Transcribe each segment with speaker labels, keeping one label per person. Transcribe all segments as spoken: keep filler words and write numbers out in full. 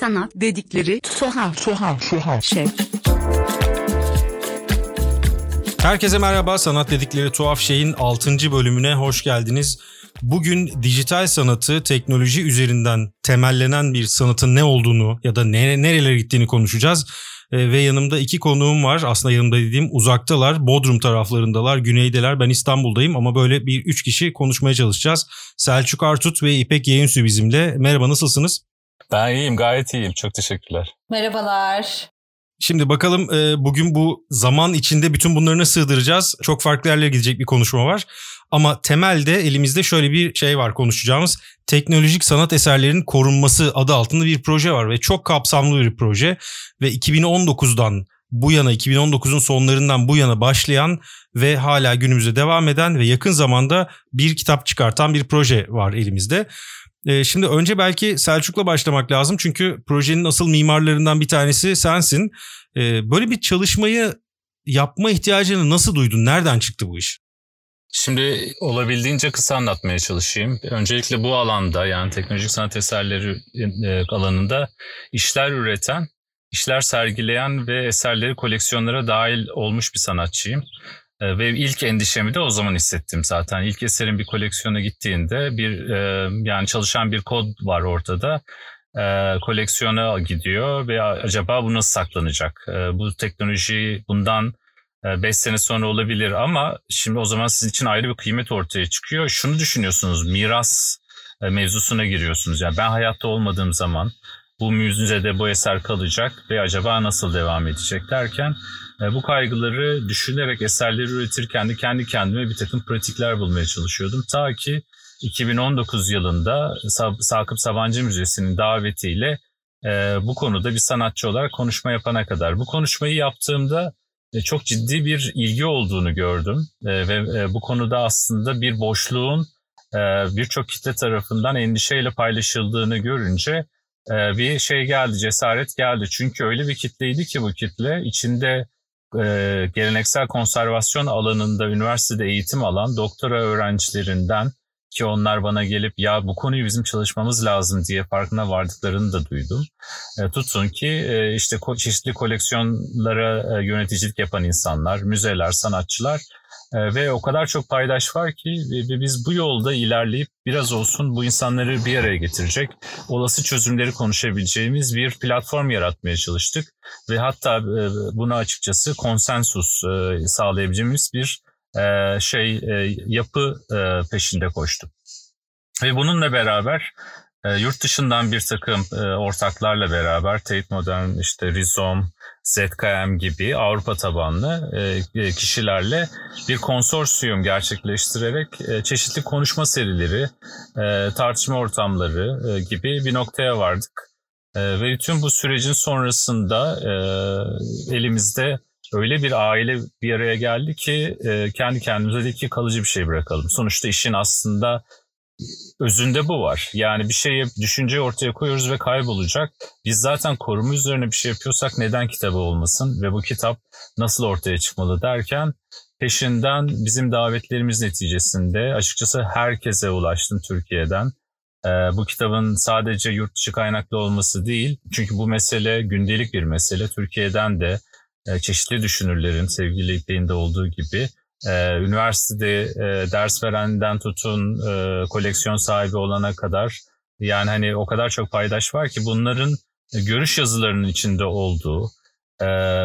Speaker 1: Sanat dedikleri tuhaf tuhaf tuhaf şey.
Speaker 2: Herkese merhaba, Sanat dedikleri tuhaf şeyin altıncı bölümüne hoş geldiniz. Bugün dijital sanatı teknoloji üzerinden temellenen bir sanatın ne olduğunu ya da nere, nerelere gittiğini konuşacağız. Ee, ve yanımda iki konuğum var. Aslında yanımda dediğim uzaktalar, Bodrum taraflarındalar, güneydeler. Ben İstanbul'dayım ama böyle bir üç kişi konuşmaya çalışacağız. Selçuk Artut ve İpek Yayınsü bizimle. Merhaba, nasılsınız?
Speaker 3: Ben iyiyim, gayet iyiyim. Çok teşekkürler.
Speaker 4: Merhabalar.
Speaker 2: Şimdi bakalım e, bugün bu zaman içinde bütün bunları nasıl sığdıracağız? Çok farklı yerlere gidecek bir konuşma var. Ama temelde elimizde şöyle bir şey var konuşacağımız. Teknolojik sanat eserlerinin korunması adı altında bir proje var ve çok kapsamlı bir proje. Ve iki bin on dokuzdan bu yana, iki bin on dokuzun sonlarından bu yana başlayan ve hala günümüze devam eden ve yakın zamanda bir kitap çıkartan bir proje var elimizde. Şimdi önce belki Selçuk'la başlamak lazım çünkü projenin asıl mimarlarından bir tanesi sensin. Böyle bir çalışmayı yapma ihtiyacını nasıl duydun? Nereden çıktı bu iş?
Speaker 3: Şimdi olabildiğince kısa anlatmaya çalışayım. Öncelikle bu alanda, yani teknolojik sanat eserleri alanında işler üreten, işler sergileyen ve eserleri koleksiyonlara dahil olmuş bir sanatçıyım. Ve ilk endişemi de o zaman hissettim zaten. İlk eserin bir koleksiyona gittiğinde bir e, yani çalışan bir kod var ortada. E, koleksiyona gidiyor ve acaba bu nasıl saklanacak? E, bu teknoloji bundan beş sene sonra olabilir ama şimdi o zaman sizin için ayrı bir kıymet ortaya çıkıyor. Şunu düşünüyorsunuz, miras e, mevzusuna giriyorsunuz. Yani ben hayatta olmadığım zaman bu müzede bu eser kalacak ve acaba nasıl devam edecek derken bu kaygıları düşünerek eserleri üretirken de kendi kendime bir takım pratikler bulmaya çalışıyordum. Ta ki iki bin on dokuz yılında Sakıp Sabancı Müzesi'nin davetiyle bu konuda bir sanatçı olarak konuşma yapana kadar. Bu konuşmayı yaptığımda çok ciddi bir ilgi olduğunu gördüm ve bu konuda aslında bir boşluğun birçok kitle tarafından endişeyle paylaşıldığını görünce bir şey geldi, cesaret geldi. Çünkü öyle bir kitleydi ki bu kitle içinde Ee, geleneksel konservasyon alanında üniversitede eğitim alan doktora öğrencilerinden ki onlar bana gelip ya bu konuyu bizim çalışmamız lazım diye farkına vardıklarını da duydum. E, tutun ki e, işte ko- çeşitli koleksiyonlara e, yöneticilik yapan insanlar, müzeler, sanatçılar e, ve o kadar çok paydaş var ki e, biz bu yolda ilerleyip biraz olsun bu insanları bir araya getirecek, olası çözümleri konuşabileceğimiz bir platform yaratmaya çalıştık. Ve hatta e, bunu açıkçası konsensus e, sağlayabileceğimiz bir e, şey e, yapı e, peşinde koştuk. Ve bununla beraber e, yurt dışından bir takım e, ortaklarla beraber Tate Modern, işte Rizom, Z K M gibi Avrupa tabanlı e, kişilerle bir konsorsiyum gerçekleştirerek e, çeşitli konuşma serileri, e, tartışma ortamları e, gibi bir noktaya vardık. E, ve tüm bu sürecin sonrasında e, elimizde öyle bir aile bir araya geldi ki e, kendi kendimize de ki kalıcı bir şey bırakalım. Sonuçta işin aslında özünde bu var. Yani bir şeye, düşünceyi ortaya koyuyoruz ve kaybolacak. Biz zaten koruma üzerine bir şey yapıyorsak neden kitabı olmasın ve bu kitap nasıl ortaya çıkmalı derken peşinden bizim davetlerimiz neticesinde açıkçası herkese ulaştım Türkiye'den. Ee, bu kitabın sadece yurt dışı kaynaklı olması değil, çünkü bu mesele gündelik bir mesele. Türkiye'den de e, çeşitli düşünürlerin, sevgili İpek'in de olduğu gibi e, üniversitede e, ders verenden tutun e, koleksiyon sahibi olana kadar, yani hani o kadar çok paydaş var ki bunların e, görüş yazılarının içinde olduğu, e,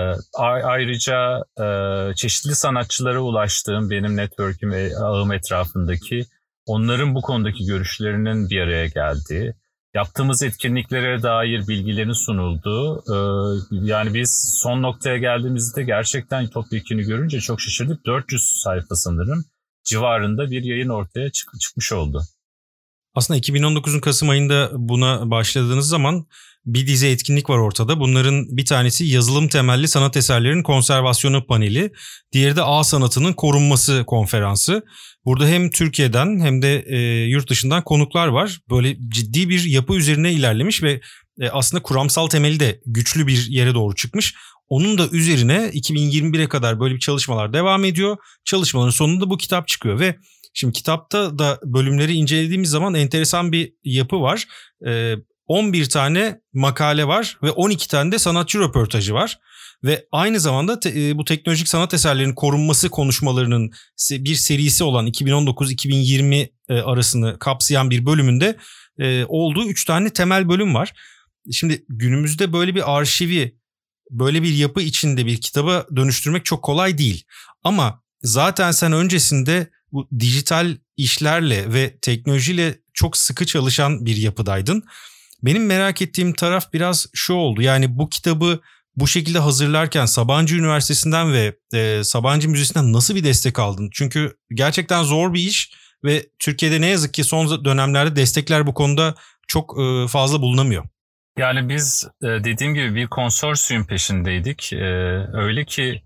Speaker 3: ayrıca e, çeşitli sanatçılara ulaştığım benim network'üm, ağım etrafındaki onların bu konudaki görüşlerinin bir araya geldiği, yaptığımız etkinliklere dair bilgilerin sunulduğu, yani biz son noktaya geldiğimizde gerçekten topyekuni görünce çok şaşırdık. dört yüz sayfa sanırım civarında bir yayın ortaya çık- çıkmış oldu.
Speaker 2: Aslında iki bin on dokuzun Kasım ayında buna başladığınız zaman bir dizi etkinlik var ortada. Bunların bir tanesi yazılım temelli sanat eserlerinin konservasyonu paneli. Diğeri de ağ sanatının korunması konferansı. Burada hem Türkiye'den hem de e, yurt dışından konuklar var. Böyle ciddi bir yapı üzerine ilerlemiş ve e, aslında kuramsal temeli de güçlü bir yere doğru çıkmış. Onun da üzerine iki bin yirmi bire kadar böyle bir çalışmalar devam ediyor. Çalışmaların sonunda bu kitap çıkıyor ve şimdi kitapta da bölümleri incelediğimiz zaman enteresan bir yapı var. Ee, on bir tane makale var ve on iki tane de sanatçı röportajı var. Ve aynı zamanda te, bu teknolojik sanat eserlerinin korunması konuşmalarının bir serisi olan iki bin on dokuz iki bin yirmi arasını kapsayan bir bölümünde e, olduğu üç tane temel bölüm var. Şimdi günümüzde böyle bir arşivi, böyle bir yapı içinde bir kitaba dönüştürmek çok kolay değil. Ama zaten sen öncesinde bu dijital işlerle ve teknolojiyle çok sıkı çalışan bir yapıdaydın. Benim merak ettiğim taraf biraz şu oldu. Yani bu kitabı bu şekilde hazırlarken Sabancı Üniversitesi'nden ve e, Sabancı Müzesi'nden nasıl bir destek aldın? Çünkü gerçekten zor bir iş ve Türkiye'de ne yazık ki son dönemlerde destekler bu konuda çok e, fazla bulunamıyor.
Speaker 3: Yani biz dediğim gibi bir konsorsiyum peşindeydik. Öyle ki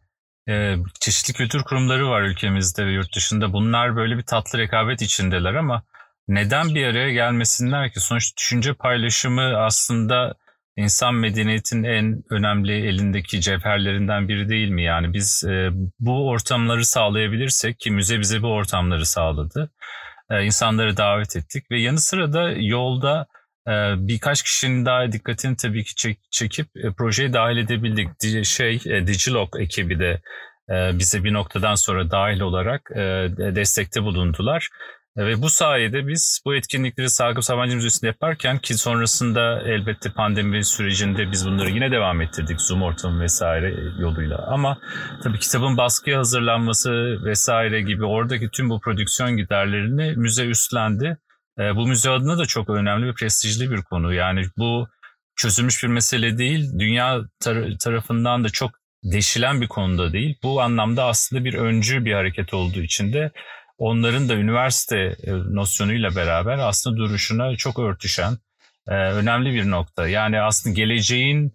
Speaker 3: çeşitli kültür kurumları var ülkemizde ve yurt dışında. Bunlar böyle bir tatlı rekabet içindeler ama neden bir araya gelmesinler ki? Sonuçta düşünce paylaşımı aslında insan medeniyetinin en önemli elindeki cevherlerinden biri değil mi? Yani biz bu ortamları sağlayabilirsek, ki müze bize bu ortamları sağladı. İnsanları davet ettik ve yanı sıra da yolda birkaç kişinin daha dikkatini tabii ki çek, çekip e, projeye dahil edebildik. D- şey e, Digilog ekibi de e, bize bir noktadan sonra dahil olarak e, destekte bulundular. E, ve bu sayede biz bu etkinlikleri Sakıp Sabancı Müzesi'nde yaparken, ki sonrasında elbette pandemi sürecinde biz bunları yine devam ettirdik Zoom ortamı vesaire yoluyla. Ama tabii kitabın baskıya hazırlanması vesaire gibi oradaki tüm bu prodüksiyon giderlerini müze üstlendi. Bu müze adına da çok önemli ve prestijli bir konu. Yani bu çözülmüş bir mesele değil. Dünya tar- tarafından da çok deşilen bir konuda değil. Bu anlamda aslında bir öncü bir hareket olduğu için de onların da üniversite nosyonuyla beraber aslında duruşuna çok örtüşen önemli bir nokta. Yani aslında geleceğin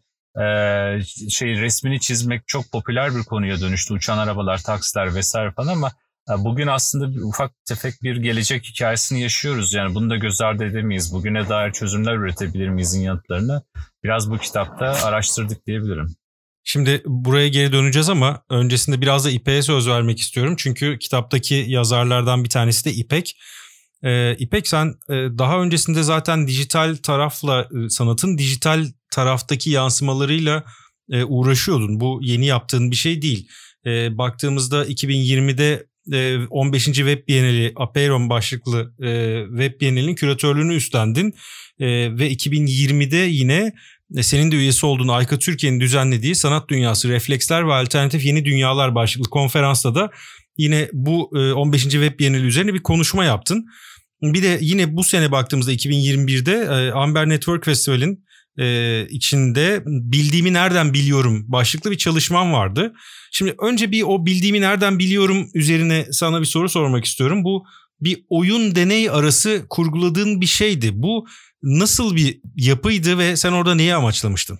Speaker 3: şey resmini çizmek çok popüler bir konuya dönüştü. Uçan arabalar, taksiler vesaire falan ama bugün aslında bir ufak tefek bir gelecek hikayesini yaşıyoruz. Yani bunu da göz ardı edemeyiz. Bugüne dair çözümler üretebilir miyizin yanıtlarını biraz bu kitapta araştırdık diyebilirim.
Speaker 2: Şimdi buraya geri döneceğiz ama öncesinde biraz da İpek'e söz vermek istiyorum. Çünkü kitaptaki yazarlardan bir tanesi de İpek. Ee, İpek sen e, daha öncesinde zaten dijital tarafla e, sanatın dijital taraftaki yansımalarıyla e, uğraşıyordun. Bu yeni yaptığın bir şey değil. E, baktığımızda iki bin yirmide on beşinci Web Bienali Apeiron başlıklı e, Web Bienali'nin küratörlüğünü üstlendin e, ve iki bin yirmide yine e, senin de üyesi olduğun Ayka Türkiye'nin düzenlediği Sanat Dünyası, Refleksler ve Alternatif Yeni Dünyalar başlıklı konferansta da yine bu e, on beşinci Web Bienali üzerine bir konuşma yaptın. Bir de yine bu sene baktığımızda iki bin yirmi birde e, Amber Network Festival'in e, içinde Bildiğimi Nereden Biliyorum başlıklı bir çalışmam vardı. Şimdi önce bir o bildiğimi nereden biliyorum üzerine sana bir soru sormak istiyorum. Bu bir oyun deney arası kurguladığın bir şeydi. Bu nasıl bir yapıydı ve sen orada neyi amaçlamıştın?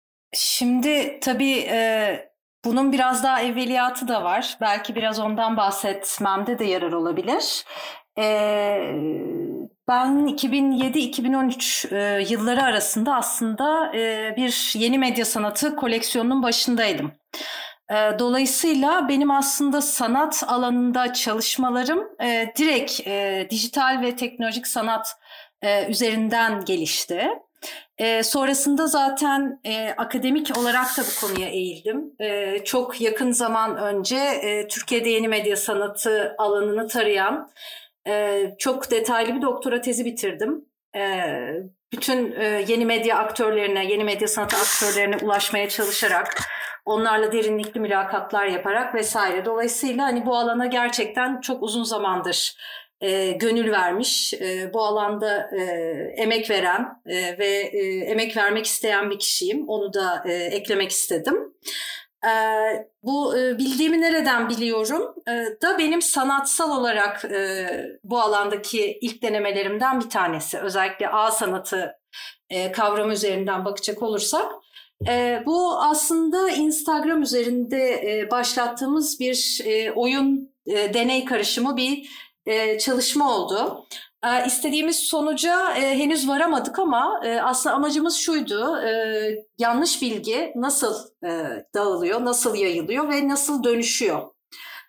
Speaker 4: Şimdi tabii e, bunun biraz daha evveliyatı da var. Belki biraz ondan bahsetmemde de yarar olabilir. E, ben iki bin yedi iki bin on üç e, yılları arasında aslında e, bir yeni medya sanatı koleksiyonunun başındaydım. Dolayısıyla benim aslında sanat alanında çalışmalarım e, direkt e, dijital ve teknolojik sanat e, üzerinden gelişti. E, sonrasında zaten e, akademik olarak da bu konuya eğildim. E, çok yakın zaman önce e, Türkiye'de yeni medya sanatı alanını tarayan e, çok detaylı bir doktora tezi bitirdim. E, bütün e, yeni medya aktörlerine, yeni medya sanatı aktörlerine ulaşmaya çalışarak, onlarla derinlikli mülakatlar yaparak vesaire. Dolayısıyla hani bu alana gerçekten çok uzun zamandır e, gönül vermiş, e, bu alanda e, emek veren e, ve e, emek vermek isteyen bir kişiyim. Onu da e, eklemek istedim. E, bu e, bildiğimi nereden biliyorum e, da benim sanatsal olarak e, bu alandaki ilk denemelerimden bir tanesi. Özellikle ağ sanatı e, kavramı üzerinden bakacak olursak. E, bu aslında Instagram üzerinde e, başlattığımız bir e, oyun e, deney karışımı bir e, çalışma oldu. E, istediğimiz sonuca e, henüz varamadık ama e, aslında amacımız şuydu: e, yanlış bilgi nasıl e, dağılıyor, nasıl yayılıyor ve nasıl dönüşüyor?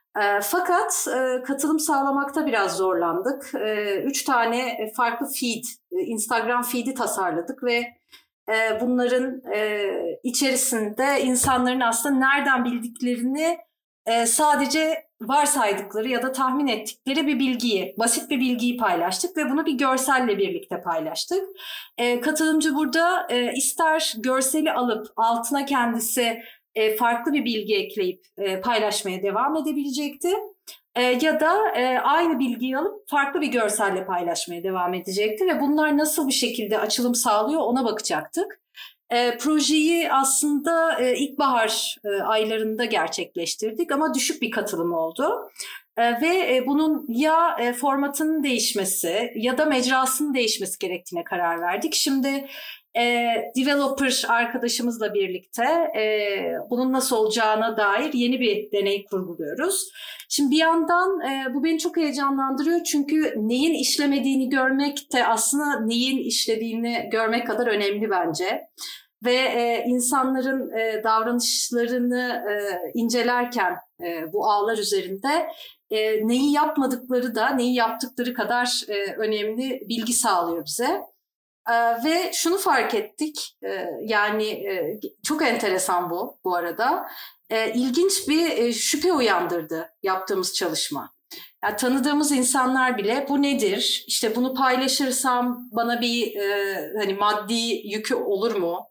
Speaker 4: E, fakat e, katılım sağlamakta biraz zorlandık. E, üç tane farklı feed, Instagram feed'i tasarladık ve e, bunların e, içerisinde insanların aslında nereden bildiklerini e, sadece varsaydıkları ya da tahmin ettikleri bir bilgiyi, basit bir bilgiyi paylaştık ve bunu bir görselle birlikte paylaştık. E, katılımcı burada e, ister görseli alıp altına kendisi e, farklı bir bilgi ekleyip e, paylaşmaya devam edebilecekti. E, ya da e, aynı bilgiyi alıp farklı bir görselle paylaşmaya devam edecekti ve bunlar nasıl bir şekilde açılım sağlıyor ona bakacaktık. E, projeyi aslında e, ilkbahar e, aylarında gerçekleştirdik ama düşük bir katılım oldu. E, ve e, bunun ya e, formatının değişmesi ya da mecrasının değişmesi gerektiğine karar verdik. Şimdi e, developer arkadaşımızla birlikte e, bunun nasıl olacağına dair yeni bir deney kurguluyoruz. Şimdi bir yandan e, bu beni çok heyecanlandırıyor çünkü neyin işlemediğini görmek de aslında neyin işlediğini görmek kadar önemli bence. Ve e, insanların e, davranışlarını e, incelerken e, bu ağlar üzerinde e, neyi yapmadıkları da neyi yaptıkları kadar e, önemli bilgi sağlıyor bize. E, ve şunu fark ettik, e, yani e, çok enteresan bu bu arada, e, ilginç bir e, şüphe uyandırdı yaptığımız çalışma. Yani tanıdığımız insanlar bile bu nedir? İşte bunu paylaşırsam bana bir e, hani maddi yükü olur mu?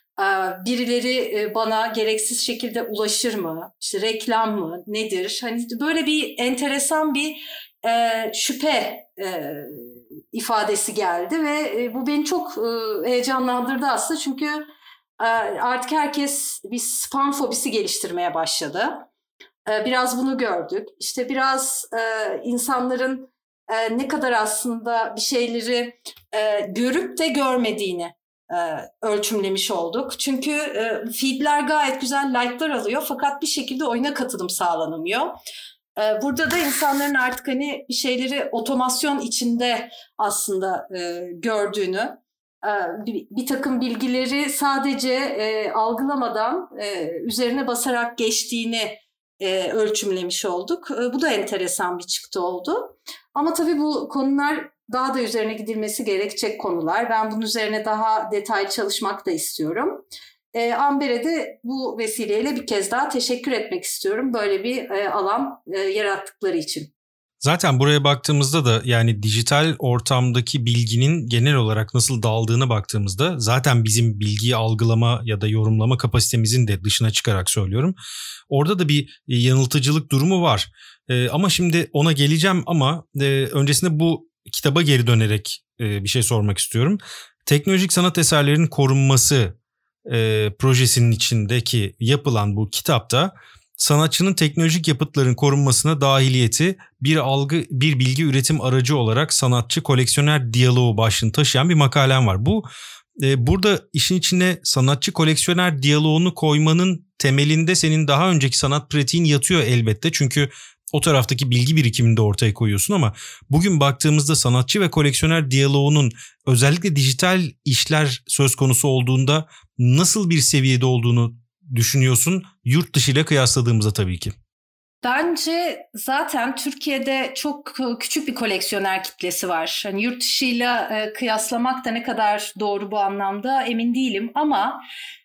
Speaker 4: Birileri bana gereksiz şekilde ulaşır mı? İşte reklam mı? Nedir? Hani böyle bir enteresan bir e, şüphe e, ifadesi geldi ve e, bu beni çok e, heyecanlandırdı aslında çünkü e, artık herkes bir spam fobisi geliştirmeye başladı. E, biraz bunu gördük. İşte biraz e, insanların e, ne kadar aslında bir şeyleri e, görüp de görmediğini ölçümlemiş olduk. Çünkü e, feedler gayet güzel like'lar alıyor fakat bir şekilde oyuna katılım sağlanamıyor. E, burada da insanların artık hani bir şeyleri otomasyon içinde aslında e, gördüğünü, e, bir, bir takım bilgileri sadece e, algılamadan e, üzerine basarak geçtiğini e, ölçümlemiş olduk. E, bu da enteresan bir çıktı oldu. Ama tabii bu konular daha da üzerine gidilmesi gerekecek konular. Ben bunun üzerine daha detaylı çalışmak da istiyorum. E, Amber'e de bu vesileyle bir kez daha teşekkür etmek istiyorum böyle bir e, alan e, yarattıkları için.
Speaker 2: Zaten buraya baktığımızda da yani dijital ortamdaki bilginin genel olarak nasıl dağıldığına baktığımızda zaten bizim bilgiyi algılama ya da yorumlama kapasitemizin de dışına çıkarak söylüyorum. Orada da bir yanıltıcılık durumu var. E, ama şimdi ona geleceğim ama e, öncesinde bu kitaba geri dönerek e, bir şey sormak istiyorum. Teknolojik sanat eserlerinin korunması e, projesinin içindeki yapılan bu kitapta sanatçının teknolojik yapıtların korunmasına dahiliyeti bir algı, bir bilgi üretim aracı olarak sanatçı koleksiyoner diyaloğu başlığını taşıyan bir makalem var. Bu e, burada işin içine sanatçı koleksiyoner diyaloğunu koymanın temelinde senin daha önceki sanat pratiğin yatıyor elbette. Çünkü o taraftaki bilgi birikimini de ortaya koyuyorsun ama bugün baktığımızda sanatçı ve koleksiyoner diyaloğunun özellikle dijital işler söz konusu olduğunda nasıl bir seviyede olduğunu düşünüyorsun? Yurt dışı ile kıyasladığımızda tabii ki.
Speaker 4: Bence zaten Türkiye'de çok küçük bir koleksiyoner kitlesi var. Hani yurt dışıyla e, kıyaslamak da ne kadar doğru bu anlamda emin değilim ama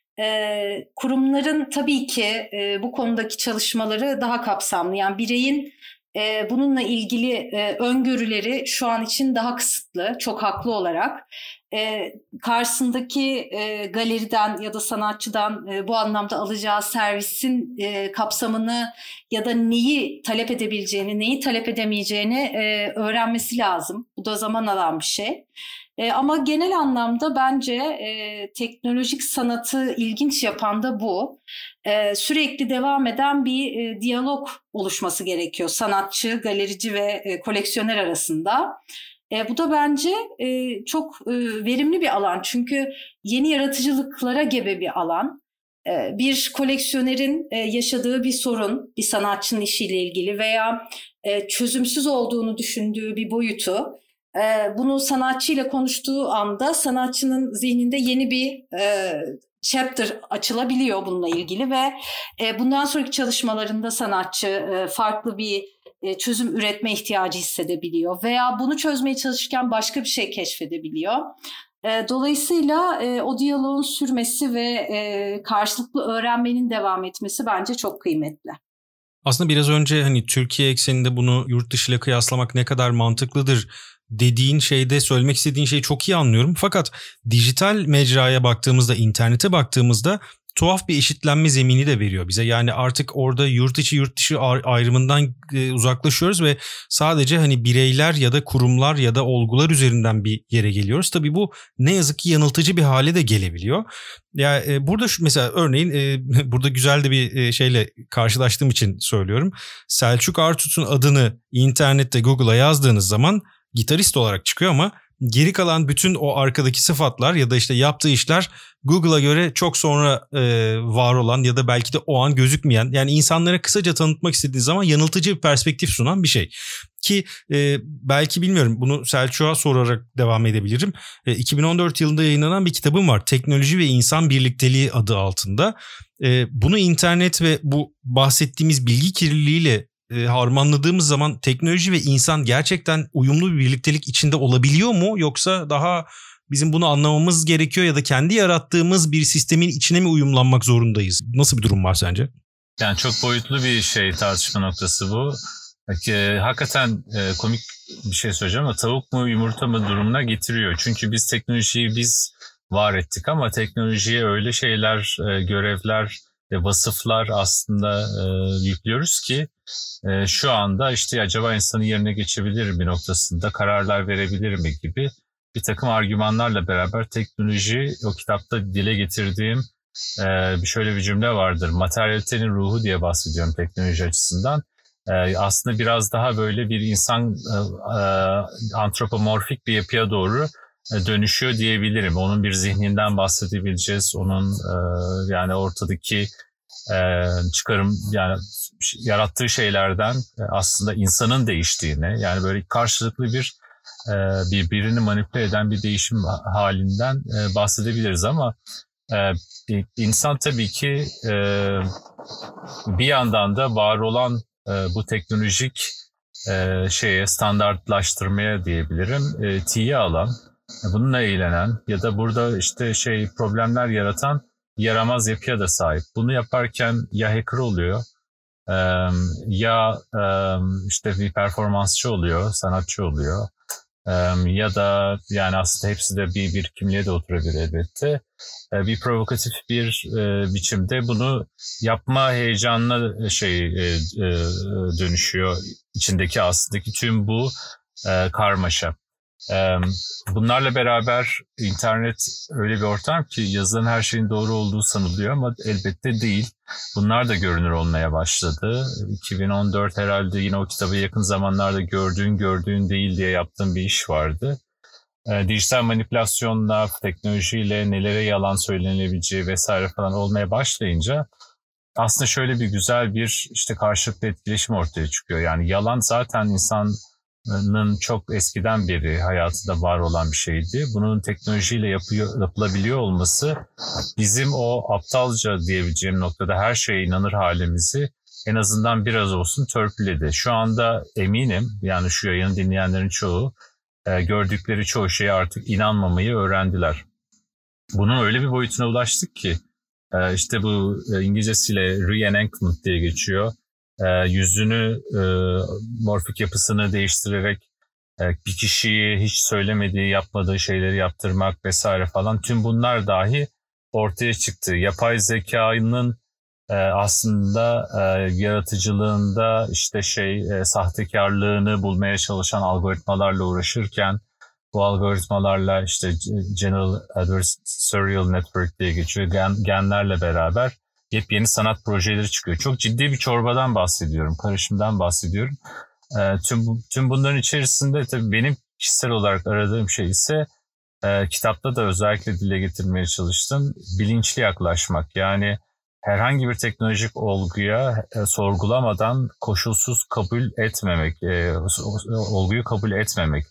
Speaker 4: e, kurumların tabii ki e, bu konudaki çalışmaları daha kapsamlı. Yani bireyin e, bununla ilgili e, öngörüleri şu an için daha kısıtlı, çok haklı olarak. E, karşısındaki e, galeriden ya da sanatçıdan e, bu anlamda alacağı servisin e, kapsamını ya da neyi talep edebileceğini, neyi talep edemeyeceğini e, öğrenmesi lazım. Bu da zaman alan bir şey. E, ama genel anlamda bence e, teknolojik sanatı ilginç yapan da bu. E, sürekli devam eden bir e, diyalog oluşması gerekiyor sanatçı, galerici ve e, koleksiyoner arasında. E, bu da bence e, çok e, verimli bir alan çünkü yeni yaratıcılıklara gebe bir alan. E, bir koleksiyonerin e, yaşadığı bir sorun, bir sanatçının işiyle ilgili veya e, çözümsüz olduğunu düşündüğü bir boyutu, e, bunu sanatçıyla konuştuğu anda sanatçının zihninde yeni bir e, chapter açılabiliyor bununla ilgili ve e, bundan sonraki çalışmalarında sanatçı e, farklı bir e, çözüm üretme ihtiyacı hissedebiliyor veya bunu çözmeye çalışırken başka bir şey keşfedebiliyor. E, dolayısıyla e, o diyaloğun sürmesi ve e, karşılıklı öğrenmenin devam etmesi bence çok kıymetli.
Speaker 2: Aslında biraz önce hani Türkiye ekseninde bunu yurt dışı ile kıyaslamak ne kadar mantıklıdır dediğin şeyde söylemek istediğin şeyi çok iyi anlıyorum. Fakat dijital mecraya baktığımızda, internete baktığımızda tuhaf bir eşitlenme zemini de veriyor bize. Yani artık orada yurt içi yurt dışı ayrımından uzaklaşıyoruz ve sadece hani bireyler ya da kurumlar ya da olgular üzerinden bir yere geliyoruz. Tabii bu ne yazık ki yanıltıcı bir hale de gelebiliyor. Ya yani burada şu mesela örneğin e, burada güzel de bir e, şeyle karşılaştığım için söylüyorum. Selçuk Artut'un adını internette Google'a yazdığınız zaman gitarist olarak çıkıyor ama geri kalan bütün o arkadaki sıfatlar ya da işte yaptığı işler Google'a göre çok sonra e, var olan ya da belki de o an gözükmeyen, yani insanlara kısaca tanıtmak istediği zaman yanıltıcı bir perspektif sunan bir şey. Ki e, belki bilmiyorum, bunu Selçuk'a sorarak devam edebilirim. E, iki bin on dört yılında yayınlanan bir kitabım var. Teknoloji ve İnsan Birlikteliği adı altında. E, bunu internet ve bu bahsettiğimiz bilgi kirliliğiyle E, harmanladığımız zaman teknoloji ve insan gerçekten uyumlu bir birliktelik içinde olabiliyor mu? Yoksa daha bizim bunu anlamamız gerekiyor ya da kendi yarattığımız bir sistemin içine mi uyumlanmak zorundayız? Nasıl bir durum var sence?
Speaker 3: Yani çok boyutlu bir şey, tartışma noktası bu. E, hakikaten e, komik bir şey söyleyeceğim ama tavuk mu yumurta mı durumuna getiriyor. Çünkü biz teknolojiyi biz var ettik ama teknolojiye öyle şeyler, e, görevler ve vasıflar aslında e, yüklüyoruz ki e, şu anda işte acaba insanın yerine geçebilir bir noktasında kararlar verebilir mi gibi bir takım argümanlarla beraber teknoloji, o kitapta dile getirdiğim e, şöyle bir cümle vardır. Materyalitenin ruhu diye bahsediyorum teknoloji açısından. E, aslında biraz daha böyle bir insan e, e, antropomorfik bir yapıya doğru e, dönüşüyor diyebilirim. Onun bir zihninden bahsedebileceğiz. Onun e, yani ortadaki e, çıkarım, yani yarattığı şeylerden e, aslında insanın değiştiğini, yani böyle karşılıklı bir e, birbirini manipüle eden bir değişim halinden e, bahsedebiliriz ama e, insan tabii ki e, bir yandan da var olan e, bu teknolojik e, şeye, standartlaştırmaya diyebilirim, e, tiye alan, bununla eğlenen ya da burada işte şey problemler yaratan yaramaz yapıya da sahip. Bunu yaparken ya hacker oluyor, e, ya e, işte bir performansçı oluyor, sanatçı oluyor, e, ya da yani aslında hepsi de bir, bir kimliğe de oturabilir elbette. E, bir provokatif bir e, biçimde bunu yapma heyecanına şey e, e, dönüşüyor içindeki aslındaki tüm bu e, karmaşa. Bunlarla beraber internet öyle bir ortam ki yazılan her şeyin doğru olduğu sanılıyor ama elbette değil. Bunlar da görünür olmaya başladı. iki bin on dört herhalde yine o kitabı yakın zamanlarda gördüğün gördüğün değil diye yaptığım bir iş vardı. Dijital manipülasyonla, teknolojiyle nelere yalan söylenilebileceği vesaire falan olmaya başlayınca aslında şöyle bir güzel bir işte karşılıklı etkileşim ortaya çıkıyor. Yani yalan zaten insan çok eskiden beri hayatında var olan bir şeydi. Bunun teknolojiyle yapıyor, yapılabiliyor olması bizim o aptalca diyebileceğim noktada her şeye inanır halimizi en azından biraz olsun törpüledi. Şu anda eminim, yani şu yayını dinleyenlerin çoğu gördükleri çoğu şeye artık inanmamayı öğrendiler. Bunun öyle bir boyutuna ulaştık ki işte bu İngilizcesiyle reenactment diye geçiyor. E, yüzünü, e, morfik yapısını değiştirerek e, bir kişiyi hiç söylemediği, yapmadığı şeyleri yaptırmak vesaire falan, tüm bunlar dahi ortaya çıktı. Yapay zekanın e, aslında e, yaratıcılığında işte şey e, sahtekarlığını bulmaya çalışan algoritmalarla uğraşırken bu algoritmalarla işte General Adversarial Network diye geçiyor, gen, genlerle beraber yepyeni sanat projeleri çıkıyor. Çok ciddi bir çorbadan bahsediyorum, karışımdan bahsediyorum. E, tüm tüm bunların içerisinde tabii benim kişisel olarak aradığım şey ise e, kitapta da özellikle dile getirmeye çalıştım. Bilinçli yaklaşmak. Yani herhangi bir teknolojik olguya e, sorgulamadan koşulsuz kabul etmemek, e, olguyu kabul etmemek.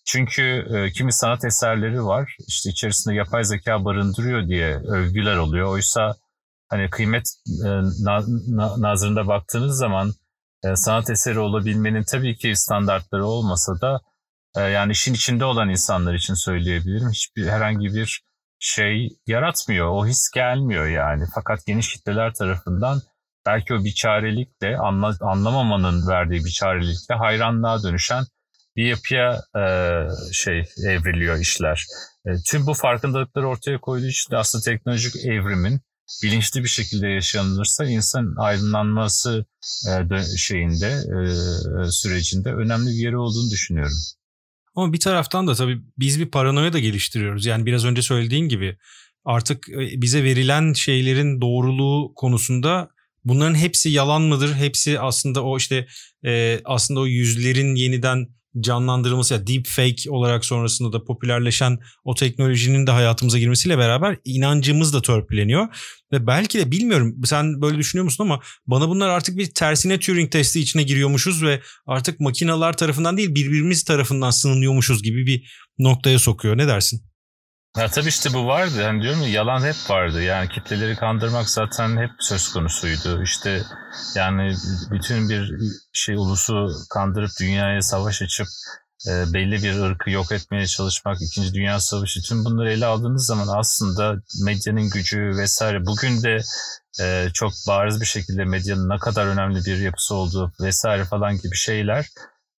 Speaker 3: Çünkü e, kimi sanat eserleri var, işte içerisinde yapay zeka barındırıyor diye övgüler oluyor. Oysa hani kıymet e, na, na, nazarında baktığınız zaman e, sanat eseri olabilmenin tabii ki standartları olmasa da e, yani işin içinde olan insanlar için söyleyebilirim. Hiçbir herhangi bir şey yaratmıyor, o his gelmiyor yani. Fakat geniş kitleler tarafından belki o biçarelikle, anla, anlamamanın verdiği biçarelikle hayranlığa dönüşen bir yapıya e, şey evriliyor işler. E, tüm bu farkındalıkları ortaya koyduğu için de aslında teknolojik evrimin bilinçli bir şekilde yaşanılırsa insan aydınlanması e, dö- şeyinde e, sürecinde önemli bir yeri olduğunu düşünüyorum.
Speaker 2: Ama bir taraftan da tabii biz bir paranoya da geliştiriyoruz. Yani biraz önce söylediğin gibi artık bize verilen şeylerin doğruluğu konusunda bunların hepsi yalan mıdır? Hepsi aslında o işte e, aslında o yüzlerin yeniden canlandırılması ya deep fake olarak sonrasında da popülerleşen o teknolojinin de hayatımıza girmesiyle beraber inancımız da törpüleniyor. Ve belki de bilmiyorum sen böyle düşünüyor musun ama bana bunlar artık bir tersine Turing testi içine giriyormuşuz ve artık makineler tarafından değil birbirimiz tarafından sınanıyormuşuz gibi bir noktaya sokuyor. Ne dersin?
Speaker 3: Ya tabii işte bu vardı. Hani diyorum ya yalan hep vardı. Yani kitleleri kandırmak zaten hep söz konusuydu. İşte yani bütün bir şey ulusu kandırıp dünyaya savaş açıp e, belli bir ırkı yok etmeye çalışmak, İkinci Dünya Savaşı tüm bunları ele aldığınız zaman aslında medyanın gücü vesaire bugün de e, çok bariz bir şekilde medyanın ne kadar önemli bir yapısı olduğu vesaire falan gibi şeyler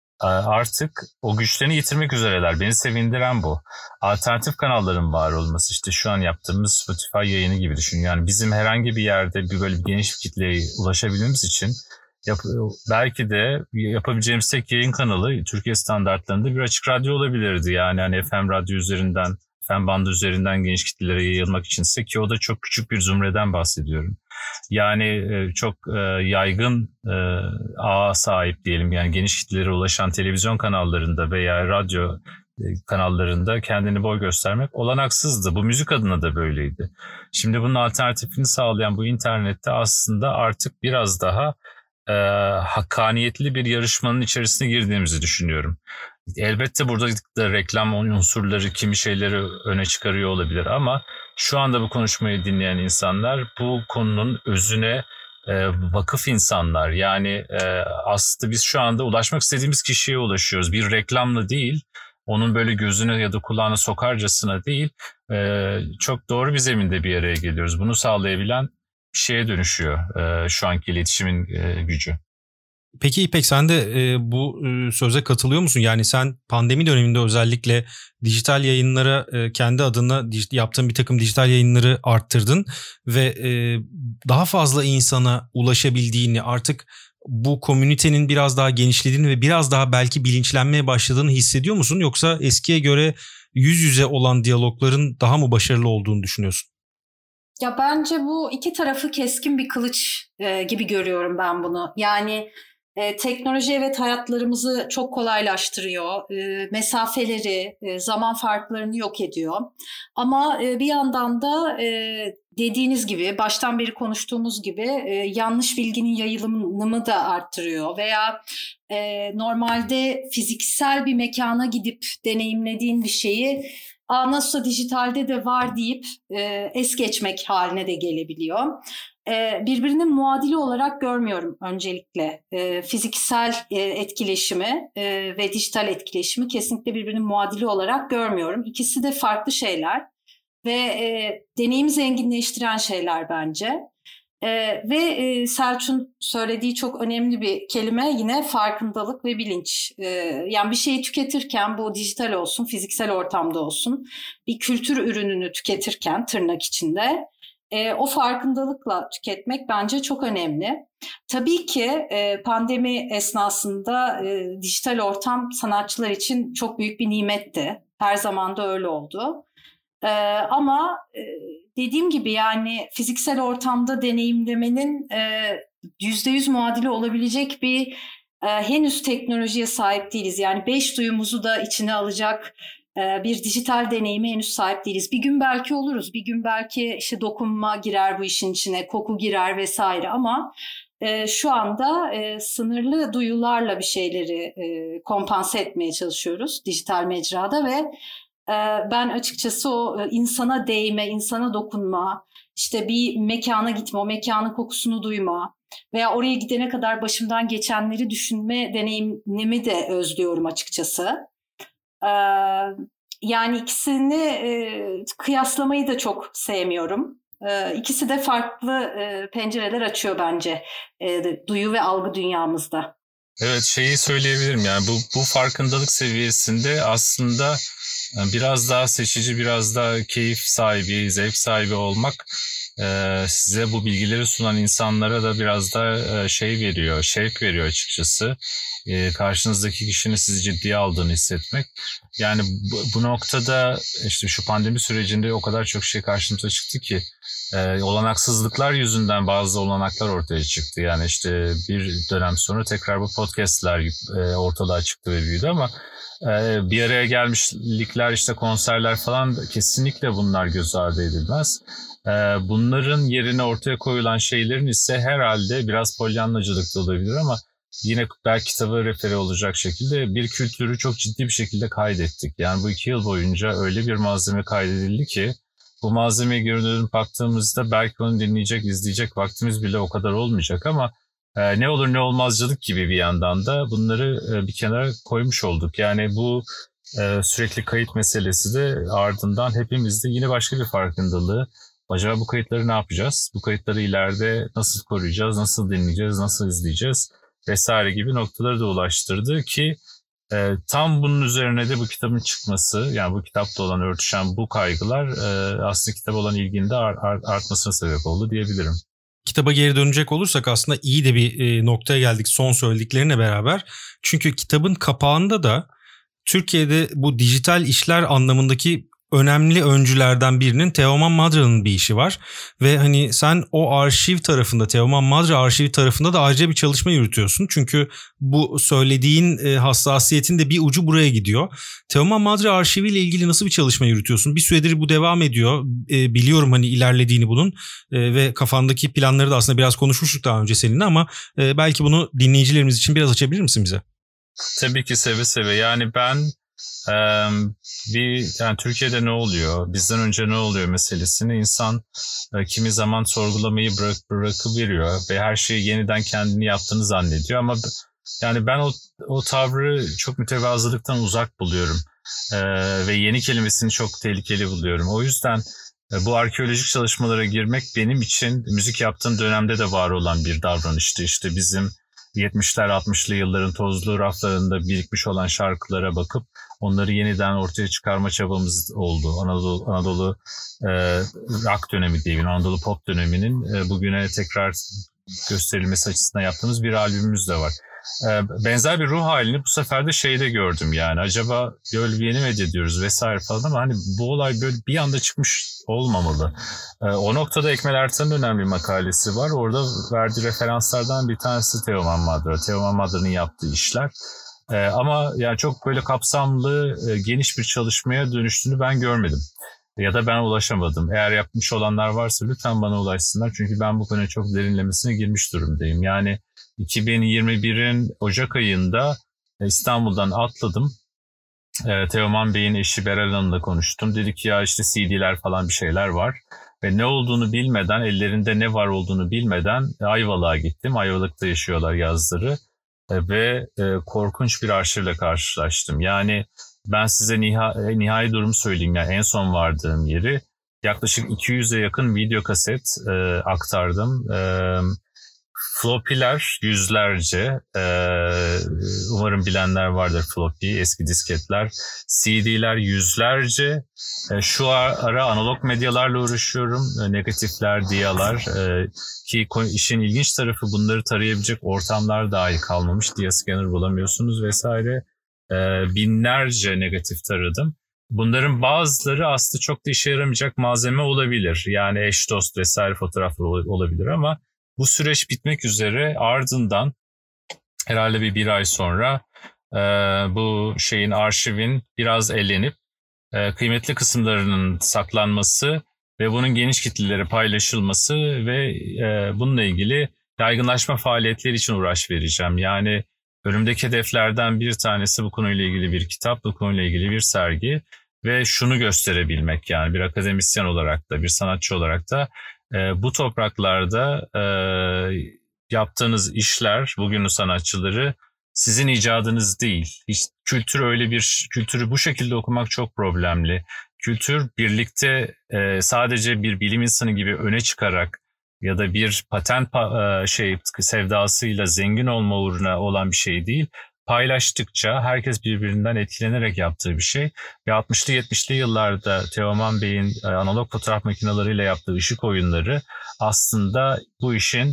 Speaker 3: artık o güçlerini yitirmek üzereler. Beni sevindiren bu. Alternatif kanalların var olması işte şu an yaptığımız Spotify yayını gibi düşün. Yani bizim herhangi bir yerde bir böyle bir geniş bir kitleye ulaşabilmemiz için yap, belki de yapabileceğimiz tek yayın kanalı Türkiye standartlarında bir açık radyo olabilirdi. Yani hani F M radyo üzerinden, F M bandı üzerinden geniş kitlelere yayılmak içinse ki o da çok küçük bir zümreden bahsediyorum. Yani çok yaygın ağa sahip diyelim yani geniş kitlelere ulaşan televizyon kanallarında veya radyo kanallarında kendini boy göstermek olanaksızdı. Bu müzik adına da böyleydi. Şimdi bunun alternatifini sağlayan bu internette aslında artık biraz daha e, hakkaniyetli bir yarışmanın içerisine girdiğimizi düşünüyorum. Elbette burada da reklam unsurları kimi şeyleri öne çıkarıyor olabilir ama şu anda bu konuşmayı dinleyen insanlar bu konunun özüne e, vakıf insanlar. Yani e, aslında biz şu anda ulaşmak istediğimiz kişiye ulaşıyoruz. Bir reklamla değil, onun böyle gözüne ya da kulağına sokarcasına değil, e, çok doğru bir zeminde bir araya geliyoruz. Bunu sağlayabilen bir şeye dönüşüyor e, şu anki iletişimin e, gücü.
Speaker 2: Peki İpek sen de e, bu e, söze katılıyor musun? Yani sen pandemi döneminde özellikle dijital yayınlara e, kendi adına dij- yaptığın bir takım dijital yayınları arttırdın ve e, daha fazla insana ulaşabildiğini artık bu komünitenin biraz daha genişlediğini ve biraz daha belki bilinçlenmeye başladığını hissediyor musun? Yoksa eskiye göre yüz yüze olan diyalogların daha mı başarılı olduğunu düşünüyorsun?
Speaker 4: Ya bence bu iki tarafı keskin bir kılıç e, gibi görüyorum ben bunu. Yani e, teknoloji evet hayatlarımızı çok kolaylaştırıyor, e, mesafeleri, e, zaman farklarını yok ediyor. Ama e, bir yandan da e, dediğiniz gibi, baştan beri konuştuğumuz gibi e, yanlış bilginin yayılımını da arttırıyor. Veya e, normalde fiziksel bir mekana gidip deneyimlediğin bir şeyi Aa, nasılsa dijitalde de var deyip e, es geçmek haline de gelebiliyor. E, birbirinin muadili olarak görmüyorum öncelikle. E, fiziksel e, etkileşimi e, ve dijital etkileşimi kesinlikle birbirinin muadili olarak görmüyorum. İkisi de farklı şeyler ve e, deneyimi zenginleştiren şeyler bence. Ee, ve e, Selçuk'un söylediği çok önemli bir kelime yine farkındalık ve bilinç. Ee, yani bir şeyi tüketirken bu dijital olsun, fiziksel ortamda olsun bir kültür ürününü tüketirken tırnak içinde e, o farkındalıkla tüketmek bence çok önemli. Tabii ki e, pandemi esnasında e, dijital ortam sanatçılar için çok büyük bir nimetti. Her zaman da öyle oldu. Ee, ama e, dediğim gibi yani fiziksel ortamda deneyimlemenin e, yüzde yüz muadili olabilecek bir e, henüz teknolojiye sahip değiliz. Yani beş duyumuzu da içine alacak e, bir dijital deneyime henüz sahip değiliz. Bir gün belki oluruz, bir gün belki işte dokunma girer bu işin içine, koku girer vesaire ama e, şu anda e, sınırlı duyularla bir şeyleri e, kompanse etmeye çalışıyoruz dijital mecrada ve e, ben açıkçası o e, insana değme, insana dokunma, işte bir mekana gitme, o mekanın kokusunu duyma veya oraya gidene kadar başımdan geçenleri düşünme deneyimimi de özlüyorum açıkçası. E, yani ikisini e, kıyaslamayı da çok sevmiyorum. E, ikisi de farklı e, pencereler açıyor bence e, duyu ve algı dünyamızda.
Speaker 3: Evet, şeyi söyleyebilirim, yani bu bu farkındalık seviyesinde aslında biraz daha seçici, biraz daha keyif sahibi, zevk sahibi olmak e, size bu bilgileri sunan insanlara da biraz da e, şey veriyor, şevk veriyor açıkçası. E, karşınızdaki kişinin sizi ciddiye aldığını hissetmek. Yani bu, bu noktada işte şu pandemi sürecinde o kadar çok şey karşımıza çıktı ki e, olanaksızlıklar yüzünden bazı olanaklar ortaya çıktı. Yani işte bir dönem sonra tekrar bu podcastler e, ortalığa çıktı ve büyüdü ama e, bir araya gelmişlikler, işte konserler falan, kesinlikle bunlar göz ardı edilmez. E, bunların yerine ortaya koyulan şeylerin ise herhalde biraz polyanlacılık da olabilir ama yine belki kitaba refere olacak şekilde bir kültürü çok ciddi bir şekilde kaydettik. Yani bu iki yıl boyunca öyle bir malzeme kaydedildi ki bu malzemeye geri dönüp baktığımızda belki onu dinleyecek, izleyecek vaktimiz bile o kadar olmayacak ama e, ne olur ne olmazcılık gibi bir yandan da bunları e, bir kenara koymuş olduk. Yani bu e, sürekli kayıt meselesi de ardından hepimizde yine başka bir farkındalığı. Acaba bu kayıtları ne yapacağız? Bu kayıtları ileride nasıl koruyacağız, nasıl dinleyeceğiz, nasıl izleyeceğiz vesaire gibi noktalara da ulaştırdı ki e, tam bunun üzerine de bu kitabın çıkması, yani bu kitapta olan örtüşen bu kaygılar e, aslında kitaba olan ilginin de art, art, artmasına sebep oldu diyebilirim.
Speaker 2: Kitaba geri dönecek olursak aslında iyi de bir e, noktaya geldik son söylediklerine beraber. Çünkü kitabın kapağında da Türkiye'de bu dijital işler anlamındaki önemli öncülerden birinin Teoman Madra'nın bir işi var. Ve hani sen o arşiv tarafında, Teoman Madra arşivi tarafında da ayrıca bir çalışma yürütüyorsun. Çünkü bu söylediğin e, hassasiyetin de bir ucu buraya gidiyor. Teoman Madra arşiviyle ilgili nasıl bir çalışma yürütüyorsun? Bir süredir bu devam ediyor. E, biliyorum hani ilerlediğini bunun e, ve kafandaki planları da aslında biraz konuşmuştuk daha önce seninle ama e, belki bunu dinleyicilerimiz için biraz açabilir misin bize?
Speaker 3: Tabii ki, seve seve. Yani ben Ee, bir yani Türkiye'de ne oluyor, bizden önce ne oluyor meselesini insan e, kimi zaman sorgulamayı bırak, bırakıveriyor ve her şeyi yeniden kendini yaptığını zannediyor ama yani ben o, o tavrı çok mütevazılıktan uzak buluyorum ee, ve yeni kelimesini çok tehlikeli buluyorum. O yüzden e, bu arkeolojik çalışmalara girmek benim için müzik yaptığım dönemde de var olan bir davranıştı. İşte bizim yetmişler altmışlı yılların tozlu raflarında birikmiş olan şarkılara bakıp onları yeniden ortaya çıkarma çabamız oldu. Anadolu, Anadolu e, rock dönemi diyelim, Anadolu pop döneminin e, bugüne tekrar gösterilmesi açısından yaptığımız bir albümümüz de var. E, benzer bir ruh halini bu sefer de şeyde gördüm yani. Acaba böyle bir yeni medya diyoruz vesaire falan ama hani bu olay böyle bir anda çıkmış olmamalı. E, o noktada Ekmel Ertan'ın önemli bir makalesi var. Orada verdiği referanslardan bir tanesi Teoman Madra. Teoman Madra'nın yaptığı işler. Ee, ama yani çok böyle kapsamlı, e, geniş bir çalışmaya dönüştüğünü ben görmedim. Ya da ben ulaşamadım. Eğer yapmış olanlar varsa lütfen bana ulaşsınlar. Çünkü ben bu konuya çok derinlemesine girmiş durumdayım. Yani iki bin yirmi birin Ocak ayında İstanbul'dan atladım. E, Teoman Bey'in eşi Beral Hanım'la konuştum. Dedi ki ya işte C D'ler falan bir şeyler var. Ve ne olduğunu bilmeden, ellerinde ne var olduğunu bilmeden Ayvalık'a gittim. Ayvalık'ta yaşıyorlar yazları. Ve e, korkunç bir arşivle karşılaştım. Yani ben size niha- nihai durumu söyleyeyim. Yani en son vardığım yeri yaklaşık iki yüze yakın video kaset e, aktardım. E, floppy'ler yüzlerce. E, umarım bilenler vardır floppy, eski disketler. C D'ler yüzlerce. E, şu ara analog medyalarla uğraşıyorum. E, negatifler, diyalar. E, ki işin ilginç tarafı bunları tarayabilecek ortamlar dahi kalmamış. Dia scanner bulamıyorsunuz vesaire. E, binlerce negatif taradım. Bunların bazıları aslında çok da işe yaramayacak malzeme olabilir. Yani eş dost vesaire fotoğraflar olabilir ama bu süreç bitmek üzere, ardından herhalde bir bir ay sonra e, bu şeyin, arşivin biraz ellenip e, kıymetli kısımlarının saklanması ve bunun geniş kitlelere paylaşılması ve e, bununla ilgili yaygınlaşma faaliyetleri için uğraş vereceğim. Yani önümdeki hedeflerden bir tanesi bu konuyla ilgili bir kitap, bu konuyla ilgili bir sergi ve şunu gösterebilmek, yani bir akademisyen olarak da bir sanatçı olarak da e, bu topraklarda e, yaptığınız işler, bugünün sanatçıları sizin icadınız değil. Hiç, kültür öyle bir kültürü bu şekilde okumak çok problemli. Kültür birlikte e, sadece bir bilim insanı gibi öne çıkarak ya da bir patent e, şey sevdasıyla zengin olma uğruna olan bir şey değil. Paylaştıkça herkes birbirinden etkilenerek yaptığı bir şey. Ve altmışlı yetmişli yıllarda Teoman Bey'in e, analog fotoğraf makineleriyle yaptığı ışık oyunları aslında bu işin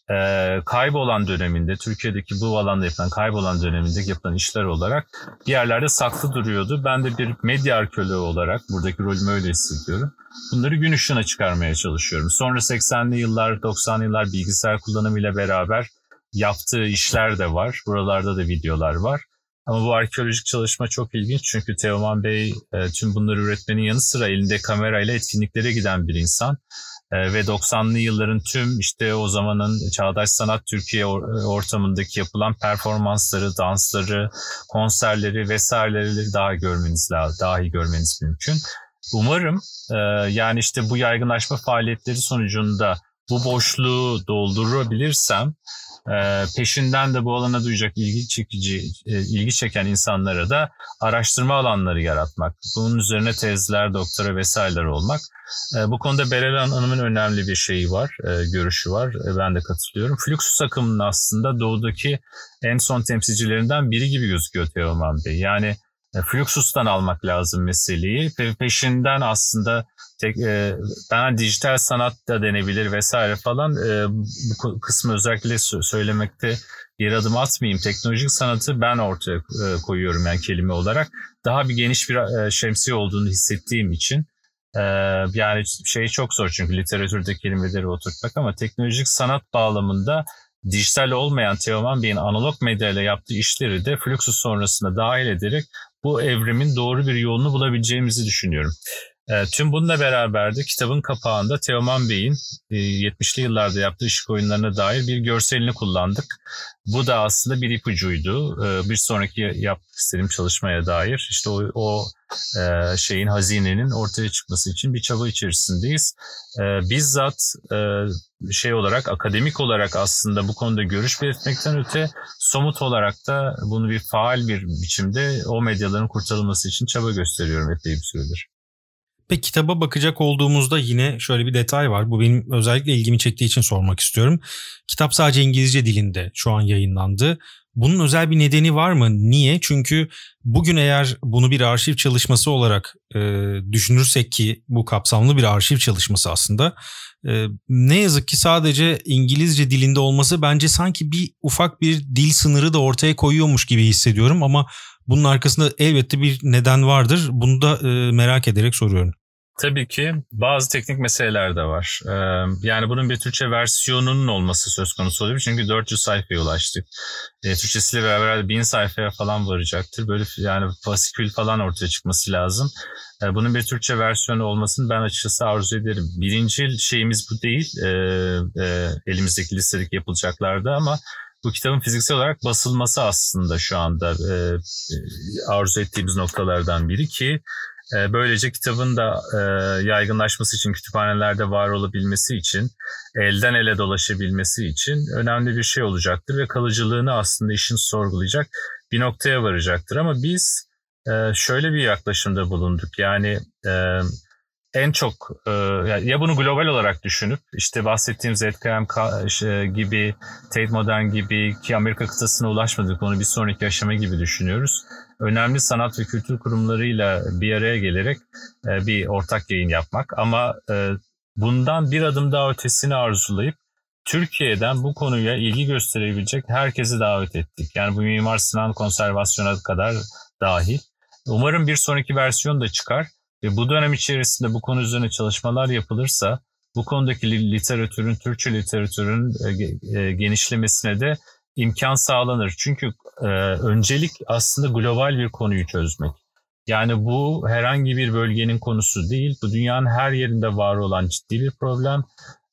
Speaker 3: e, kaybolan döneminde, Türkiye'deki bu alanda yapılan kaybolan döneminde yapılan işler olarak bir yerlerde saklı duruyordu. Ben de bir medya arkeoloğu olarak buradaki rolümü öyle hissediyorum. Bunları gün ışığına çıkarmaya çalışıyorum. Sonra seksenli yıllar, doksanlı yıllar bilgisayar kullanımıyla beraber yaptığı işler de var. Buralarda da videolar var. Ama bu arkeolojik çalışma çok ilginç çünkü Teoman Bey e, tüm bunları üretmenin yanı sıra elinde kamerayla etkinliklere giden bir insan. E, ve doksanlı yılların tüm işte o zamanın çağdaş sanat Türkiye or- ortamındaki yapılan performansları, dansları, konserleri vesaireleri daha görmeniz lazım, daha iyi görmeniz mümkün. Umarım e, yani işte bu yaygınlaşma faaliyetleri sonucunda bu boşluğu doldurabilirsem e, peşinden de bu alana duyacak ilgi çekici, e, ilgi çeken insanlara da araştırma alanları yaratmak, bunun üzerine tezler, doktora vesaireler olmak. E, bu konuda Berel Hanım'ın önemli bir şeyi var, e, görüşü var. E, ben de katılıyorum. Fluxus akımının aslında doğudaki en son temsilcilerinden biri gibi gözüküyor Teoman Bey. Yani Fluxus'tan almak lazım meseleyi ve peşinden aslında tek, e, ben dijital sanat da denebilir vesaire falan e, bu kısmı özellikle söylemekte geri adım atmayayım. Teknolojik sanatı ben ortaya e, koyuyorum yani kelime olarak. Daha bir geniş bir e, şemsiye olduğunu hissettiğim için e, yani şey çok zor çünkü literatürde kelimeleri oturtmak ama teknolojik sanat bağlamında dijital olmayan Teoman Bey'in analog medyayla yaptığı işleri de Fluxus sonrasında dahil ederek bu evrimin doğru bir yolunu bulabileceğimizi düşünüyorum. E, tüm bununla beraber de kitabın kapağında Teoman Bey'in e, yetmişli yıllarda yaptığı ışık oyunlarına dair bir görselini kullandık. Bu da aslında bir ipucuydu. E, bir sonraki yapmak istediğim çalışmaya dair işte o, o e, şeyin, hazinenin ortaya çıkması için bir çaba içerisindeyiz. E, bizzat e, şey olarak, akademik olarak aslında bu konuda görüş belirtmekten öte somut olarak da bunu bir faal bir biçimde o medyaların kurtarılması için çaba gösteriyorum epey bir süredir.
Speaker 2: Peki kitaba bakacak olduğumuzda yine şöyle bir detay var. Bu benim özellikle ilgimi çektiği için sormak istiyorum. Kitap sadece İngilizce dilinde şu an yayınlandı. Bunun özel bir nedeni var mı? Niye? Çünkü bugün eğer bunu bir arşiv çalışması olarak e, düşünürsek ki bu kapsamlı bir arşiv çalışması aslında. E, ne yazık ki sadece İngilizce dilinde olması bence sanki bir ufak bir dil sınırı da ortaya koyuyormuş gibi hissediyorum. Ama bunun arkasında elbette bir neden vardır. Bunu da e, merak ederek soruyorum.
Speaker 3: Tabii ki bazı teknik meseleler de var. Ee, yani bunun bir Türkçe versiyonunun olması söz konusu oluyor. Çünkü dört yüz sayfaya ulaştık. Ee, Türkçesiyle beraber bin sayfaya falan varacaktır. Böyle yani fasikül falan ortaya çıkması lazım. Ee, bunun bir Türkçe versiyonu olmasını ben açıkçası arzu ederim. Birinci şeyimiz bu değil. Ee, e, elimizdeki listedeki yapılacaklarda ama bu kitabın fiziksel olarak basılması aslında şu anda e, e, arzu ettiğimiz noktalardan biri ki böylece kitabın da e, yaygınlaşması için, kütüphanelerde var olabilmesi için, elden ele dolaşabilmesi için önemli bir şey olacaktır ve kalıcılığını aslında işin sorgulayacak bir noktaya varacaktır. Ama biz e, şöyle bir yaklaşımda bulunduk. Yani e, en çok e, ya bunu global olarak düşünüp işte bahsettiğim Z K M gibi, Tate Modern gibi ki Amerika kıtasına ulaşmadık, onu bir sonraki aşama gibi düşünüyoruz. Önemli sanat ve kültür kurumlarıyla bir araya gelerek e, bir ortak yayın yapmak ama e, bundan bir adım daha ötesini arzulayıp Türkiye'den bu konuya ilgi gösterebilecek herkesi davet ettik. Yani bu Mimar Sinan konservasyona kadar dahil. Umarım bir sonraki versiyon da çıkar ve bu dönem içerisinde bu konu üzerine çalışmalar yapılırsa bu konudaki literatürün, Türkçe literatürün e, genişlemesine de imkan sağlanır. Çünkü e, öncelik aslında global bir konuyu çözmek. Yani bu herhangi bir bölgenin konusu değil. Bu dünyanın her yerinde var olan ciddi bir problem.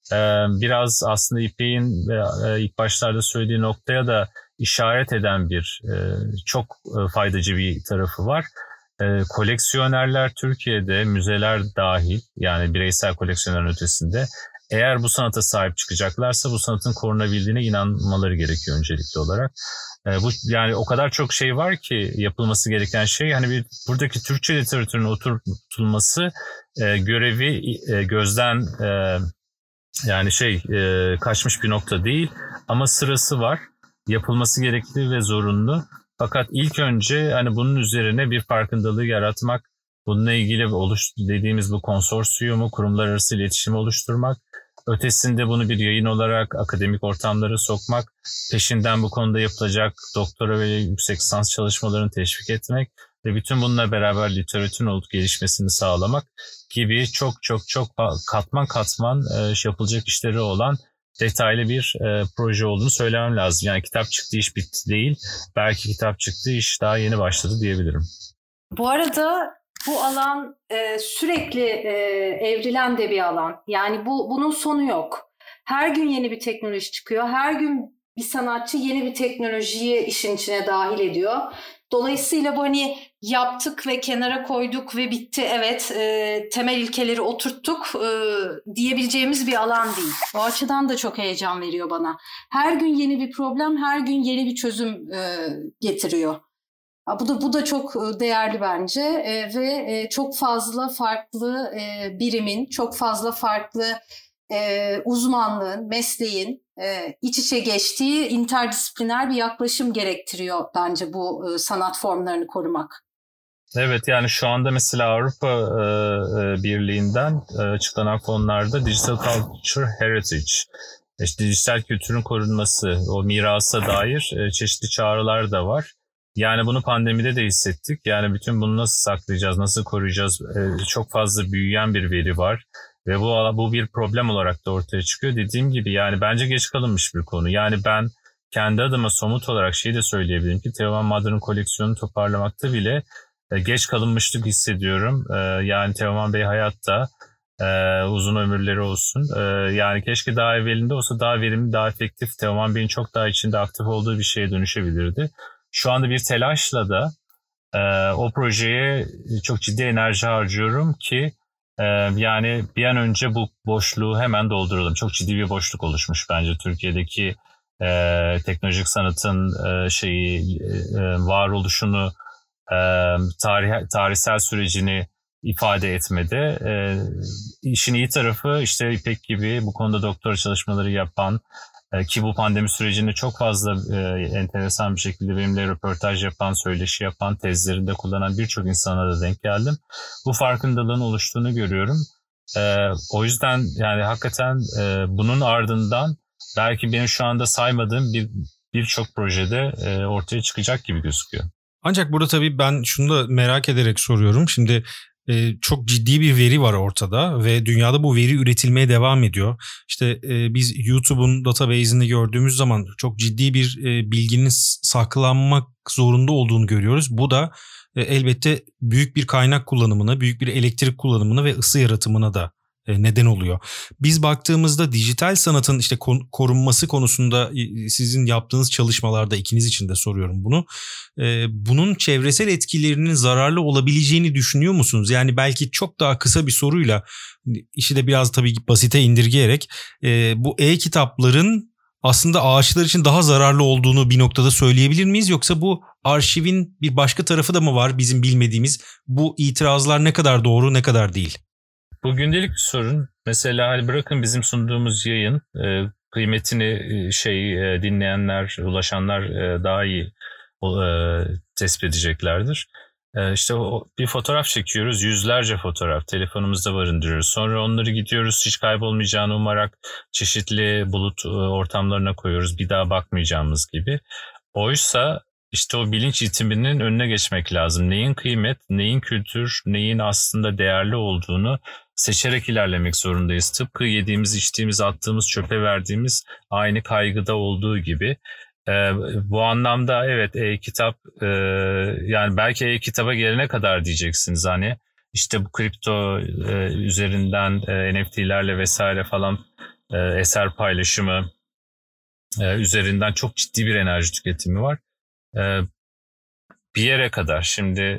Speaker 3: biraz aslında İpek'in ilk başlarda söylediği noktaya da işaret eden bir çok faydacı bir tarafı var. Koleksiyonerler Türkiye'de, müzeler dahil, yani bireysel koleksiyonerin ötesinde, eğer bu sanata sahip çıkacaklarsa bu sanatın korunabildiğine inanmaları gerekiyor öncelikli olarak. E, bu yani o kadar çok şey var ki yapılması gereken şey. Hani bir buradaki Türkçe literatürün oturtulması e, görevi e, gözden e, yani şey e, kaçmış bir nokta değil ama sırası var. Yapılması gerekli ve zorunlu. Fakat ilk önce hani bunun üzerine bir farkındalığı yaratmak, bununla ilgili oluş dediğimiz bu konsorsiyumu, kurumlar arası iletişimi oluşturmak, ötesinde bunu bir yayın olarak akademik ortamlara sokmak, peşinden bu konuda yapılacak doktora ve yüksek lisans çalışmalarını teşvik etmek ve bütün bununla beraber literatürün olup gelişmesini sağlamak gibi çok çok çok katman katman e, yapılacak işleri olan detaylı bir e, proje olduğunu söylemem lazım. Yani kitap çıktı, iş bitti değil. Belki kitap çıktı, iş daha yeni başladı diyebilirim.
Speaker 4: Bu arada bu alan e, sürekli e, evrilen de bir alan. Yani bu bunun sonu yok. Her gün yeni bir teknoloji çıkıyor. Her gün bir sanatçı yeni bir teknolojiyi işin içine dahil ediyor. Dolayısıyla bu hani yaptık ve kenara koyduk ve bitti. Evet, e, temel ilkeleri oturttuk e, diyebileceğimiz bir alan değil. O açıdan da çok heyecan veriyor bana. Her gün yeni bir problem, her gün yeni bir çözüm e, getiriyor. Bu da bu da çok değerli bence e, ve e, çok fazla farklı e, birimin, çok fazla farklı e, uzmanlığın, mesleğin e, iç içe geçtiği interdisipliner bir yaklaşım gerektiriyor bence bu e, sanat formlarını korumak.
Speaker 3: Evet, yani şu anda mesela Avrupa e, Birliği'nden e, açıklanan fonlarda Digital Culture Heritage, işte dijital kültürün korunması, o mirasa dair e, çeşitli çağrılar da var. Yani bunu pandemide de hissettik. Yani bütün bunu nasıl saklayacağız, nasıl koruyacağız? Ee, çok fazla büyüyen bir veri var. Ve bu bu bir problem olarak da ortaya çıkıyor. Dediğim gibi yani bence geç kalınmış bir konu. Yani ben kendi adıma somut olarak şeyi de söyleyebilirim ki Teoman Madran'ın koleksiyonunu toparlamakta bile e, geç kalınmışlık hissediyorum. E, yani Teoman Bey hayatta, e, uzun ömürleri olsun. E, yani keşke daha evvelinde olsa daha verimli, daha efektif, Teoman Bey'in çok daha içinde aktif olduğu bir şeye dönüşebilirdi. Şu anda bir telaşla da e, o projeye çok ciddi enerji harcıyorum ki e, yani bir an önce bu boşluğu hemen dolduralım. Çok ciddi bir boşluk oluşmuş bence Türkiye'deki e, teknolojik sanatın e, şeyi e, varoluşunu, e, tarih, tarihsel sürecini ifade etmede. E, işin iyi tarafı işte İpek gibi bu konuda doktora çalışmaları yapan, ki bu pandemi sürecinde çok fazla e, enteresan bir şekilde benimle röportaj yapan, söyleşi yapan, tezlerinde kullanan birçok insana da denk geldim. Bu farkındalığın oluştuğunu görüyorum. E, o yüzden yani hakikaten e, bunun ardından belki benim şu anda saymadığım bir birçok projede e, ortaya çıkacak gibi gözüküyor.
Speaker 2: Ancak burada tabii ben şunu da merak ederek soruyorum. Şimdi Ee, çok ciddi bir veri var ortada ve dünyada bu veri üretilmeye devam ediyor. İşte e, biz YouTube'un database'ini gördüğümüz zaman çok ciddi bir e, bilginin saklanmak zorunda olduğunu görüyoruz. Bu da e, elbette büyük bir kaynak kullanımına, büyük bir elektrik kullanımına ve ısı yaratımına da e, neden oluyor. Biz baktığımızda dijital sanatın işte kon- korunması konusunda e, sizin yaptığınız çalışmalarda, ikiniz için de soruyorum bunu. E, bunun çevresel etkilerinin zararlı olabileceğini düşünüyor musunuz? Yani belki çok daha kısa bir soruyla, işi de biraz tabii basite indirgeyerek, e, bu e-kitapların aslında ağaçlar için daha zararlı olduğunu bir noktada söyleyebilir miyiz? Yoksa bu arşivin bir başka tarafı da mı var bizim bilmediğimiz? Bu itirazlar ne kadar doğru, ne kadar değil?
Speaker 3: Bu gündelik bir sorun. Mesela hani bırakın bizim sunduğumuz yayın, e, kıymetini e, şey e, dinleyenler, ulaşanlar e, daha iyi e, tespit edeceklerdir. E, işte o, bir fotoğraf çekiyoruz, yüzlerce fotoğraf telefonumuzda barındırıyoruz. Sonra onları gidiyoruz hiç kaybolmayacağını umarak çeşitli bulut e, ortamlarına koyuyoruz, bir daha bakmayacağımız gibi. Oysa İşte o bilinç itiminin önüne geçmek lazım. Neyin kıymet, neyin kültür, neyin aslında değerli olduğunu seçerek ilerlemek zorundayız. Tıpkı yediğimiz, içtiğimiz, attığımız, çöpe verdiğimiz aynı kaygıda olduğu gibi. Ee, bu anlamda evet e-kitap e, yani belki e-kitaba gelene kadar diyeceksiniz hani işte bu kripto e, üzerinden e, N F T'lerle vesaire falan e, eser paylaşımı e, üzerinden çok ciddi bir enerji tüketimi var. E, bir yere kadar şimdi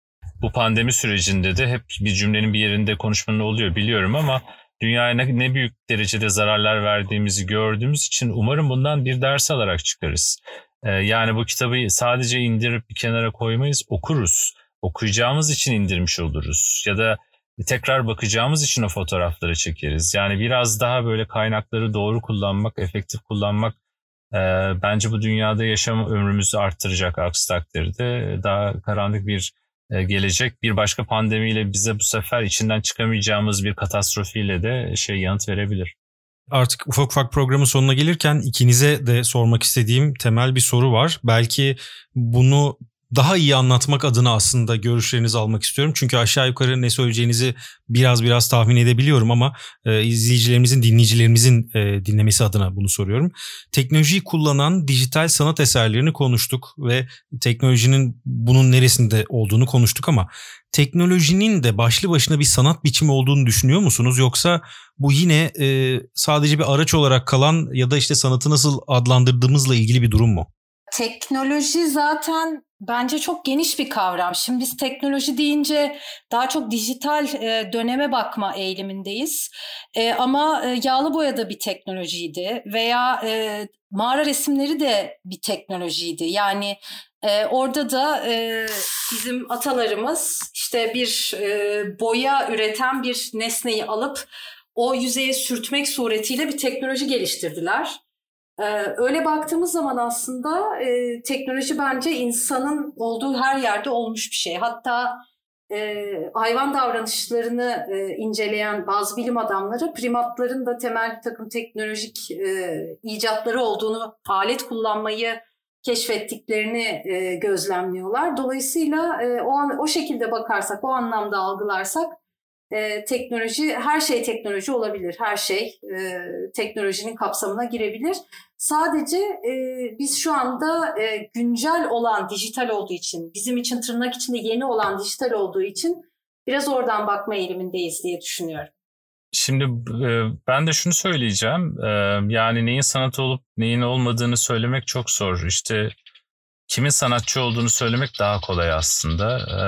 Speaker 3: bu pandemi sürecinde de hep bir cümlenin bir yerinde konuşmanın oluyor biliyorum ama dünyaya ne, ne büyük derecede zararlar verdiğimizi gördüğümüz için umarım bundan bir ders alarak çıkarız. Ee, yani bu kitabı sadece indirip bir kenara koymayız, okuruz. Okuyacağımız için indirmiş oluruz ya da tekrar bakacağımız için o fotoğrafları çekeriz. Yani biraz daha böyle kaynakları doğru kullanmak, efektif kullanmak e, bence bu dünyada yaşam ömrümüzü arttıracak. Aksi takdirde daha karanlık bir gelecek, bir başka pandemiyle bize bu sefer içinden çıkamayacağımız bir katastrofiyle de şey yanıt verebilir.
Speaker 2: Artık ufak ufak programın sonuna gelirken ikinize de sormak istediğim temel bir soru var. Belki bunu daha iyi anlatmak adına aslında görüşlerinizi almak istiyorum. Çünkü aşağı yukarı ne söyleyeceğinizi biraz biraz tahmin edebiliyorum ama e, izleyicilerimizin, dinleyicilerimizin e, dinlemesi adına bunu soruyorum. Teknolojiyi kullanan dijital sanat eserlerini konuştuk ve teknolojinin bunun neresinde olduğunu konuştuk ama teknolojinin de başlı başına bir sanat biçimi olduğunu düşünüyor musunuz? Yoksa bu yine e, sadece bir araç olarak kalan ya da işte sanatı nasıl adlandırdığımızla ilgili bir durum mu?
Speaker 4: Teknoloji zaten bence çok geniş bir kavram. Şimdi biz teknoloji deyince daha çok dijital e, döneme bakma eğilimindeyiz. E, ama e, yağlı boya da bir teknolojiydi veya e, mağara resimleri de bir teknolojiydi. Yani e, orada da e, bizim atalarımız işte bir e, boya üreten bir nesneyi alıp o yüzeye sürtmek suretiyle bir teknoloji geliştirdiler. Ee, öyle baktığımız zaman aslında e, teknoloji bence insanın olduğu her yerde olmuş bir şey. Hatta e, hayvan davranışlarını e, inceleyen bazı bilim adamları primatların da temel bir takım teknolojik e, icatları olduğunu, alet kullanmayı keşfettiklerini e, gözlemliyorlar. Dolayısıyla e, o an, o şekilde bakarsak, o anlamda algılarsak e, teknoloji, her şey teknoloji olabilir. Her şey e, teknolojinin kapsamına girebilir. Sadece e, biz şu anda e, güncel olan dijital olduğu için, bizim için tırnak içinde yeni olan dijital olduğu için biraz oradan bakma eğilimindeyiz diye düşünüyorum.
Speaker 3: Şimdi e, ben de şunu söyleyeceğim. E, yani neyin sanat olup neyin olmadığını söylemek çok zor. İşte kimin sanatçı olduğunu söylemek daha kolay aslında. E,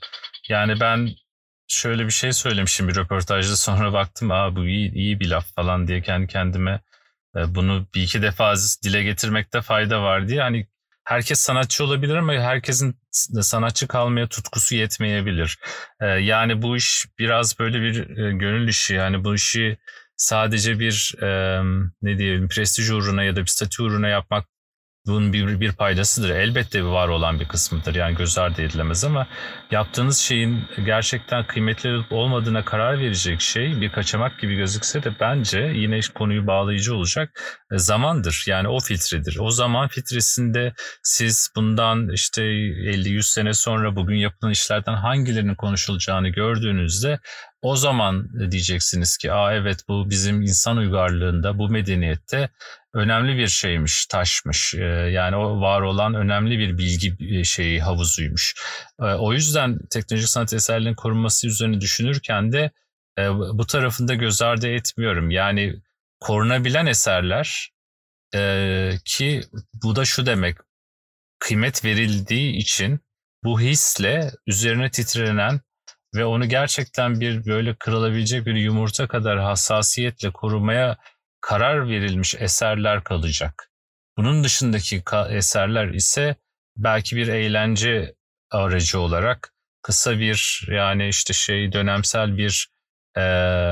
Speaker 3: yani ben şöyle bir şey söylemişim bir röportajda, sonra baktım aa bu iyi, iyi bir laf falan diye kendi kendime bunu bir iki defa dile getirmekte fayda var diye. Hani herkes sanatçı olabilir ama herkesin sanatçı kalmaya tutkusu yetmeyebilir. Yani bu iş biraz böyle bir gönül işi. Yani bu işi sadece bir ne diyelim prestij uğruna ya da bir statü uğruna yapmak bunun bir, bir paydasıdır. Elbette var olan bir kısmıdır. Yani göz ardı edilemez ama yaptığınız şeyin gerçekten kıymetli olup olmadığına karar verecek şey bir kaçamak gibi gözükse de bence yine konuyu bağlayıcı olacak zamandır. Yani o filtredir. O zaman filtresinde siz bundan işte elli yüz sene sonra bugün yapılan işlerden hangilerinin konuşulacağını gördüğünüzde o zaman diyeceksiniz ki aa evet bu bizim insan uygarlığında, bu medeniyette önemli bir şeymiş, taşmış. Yani o var olan önemli bir bilgi şeyi havuzuymuş. O yüzden teknolojik sanat eserlerinin korunması üzerine düşünürken de bu tarafında göz ardı etmiyorum. Yani korunabilen eserler ki bu da şu demek, kıymet verildiği için bu hisle üzerine titrenen ve onu gerçekten bir böyle kırılabilecek bir yumurta kadar hassasiyetle korumaya karar verilmiş eserler kalacak. Bunun dışındaki eserler ise belki bir eğlence aracı olarak kısa bir yani işte şey dönemsel bir e,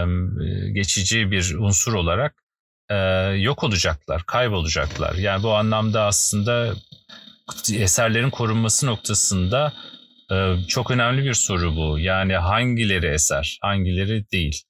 Speaker 3: geçici bir unsur olarak e, yok olacaklar, kaybolacaklar. Yani bu anlamda aslında eserlerin korunması noktasında e, çok önemli bir soru bu. Yani hangileri eser, hangileri değil.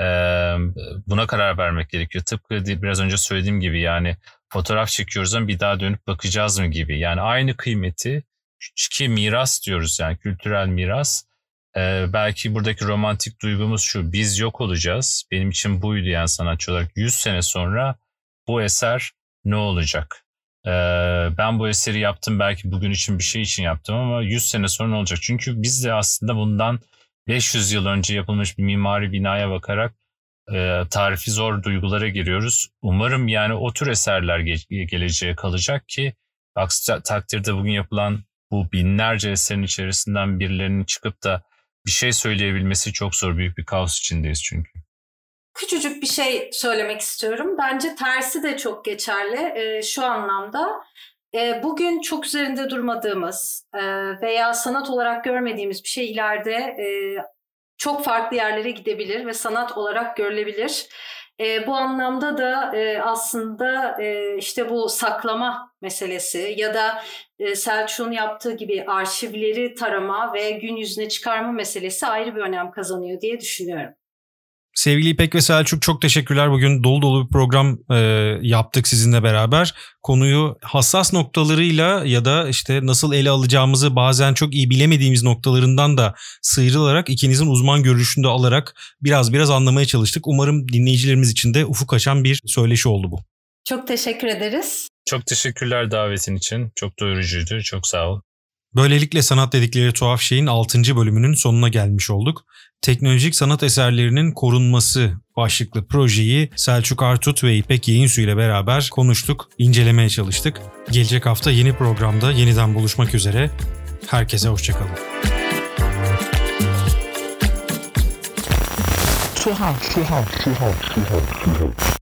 Speaker 3: Buna karar vermek gerekiyor. Tıpkı biraz önce söylediğim gibi yani fotoğraf çekiyoruz ama bir daha dönüp bakacağız mı gibi. Yani aynı kıymeti ki miras diyoruz yani kültürel miras. Belki buradaki romantik duygumuz şu, biz yok olacağız. Benim için buydu yani sanatçı olarak. yüz sene sonra bu eser ne olacak? Ben bu eseri yaptım belki bugün için bir şey için yaptım ama yüz sene sonra ne olacak? Çünkü biz de aslında bundan beş yüz yıl önce yapılmış bir mimari binaya bakarak e, tarifi zor duygulara giriyoruz. Umarım yani o tür eserler ge- geleceğe kalacak ki aksi takdirde bugün yapılan bu binlerce eserin içerisinden birilerinin çıkıp da bir şey söyleyebilmesi çok zor. Büyük bir kaos içindeyiz çünkü.
Speaker 4: Küçücük bir şey söylemek istiyorum. Bence tersi de çok geçerli e, şu anlamda. E, bugün çok üzerinde durmadığımız e, veya sanat olarak görmediğimiz bir şey ileride e, çok farklı yerlere gidebilir ve sanat olarak görülebilir. E, bu anlamda da e, aslında e, işte bu saklama meselesi ya da e, Selçuk'un yaptığı gibi arşivleri tarama ve gün yüzüne çıkarma meselesi ayrı bir önem kazanıyor diye düşünüyorum.
Speaker 2: Sevgili İpek ve Selçuk, çok teşekkürler. Bugün dolu dolu bir program e, yaptık sizinle beraber. Konuyu hassas noktalarıyla ya da işte nasıl ele alacağımızı bazen çok iyi bilemediğimiz noktalarından da sıyrılarak ikinizin uzman görüşünü de alarak biraz biraz anlamaya çalıştık. Umarım dinleyicilerimiz için de ufuk açan bir söyleşi oldu bu.
Speaker 4: Çok teşekkür ederiz.
Speaker 3: Çok teşekkürler davetin için. Çok doyurucuydu. Çok sağ ol.
Speaker 2: Böylelikle Sanat Dedikleri Tuhaf Şey'in altıncı bölümünün sonuna gelmiş olduk. Teknolojik sanat eserlerinin korunması başlıklı projeyi Selçuk Artut ve İpek Yayınsu ile beraber konuştuk, incelemeye çalıştık. Gelecek hafta yeni programda yeniden buluşmak üzere. Herkese hoşçakalın.
Speaker 1: Tuhaf, tuhaf, tuhaf, tuhaf, tuhaf.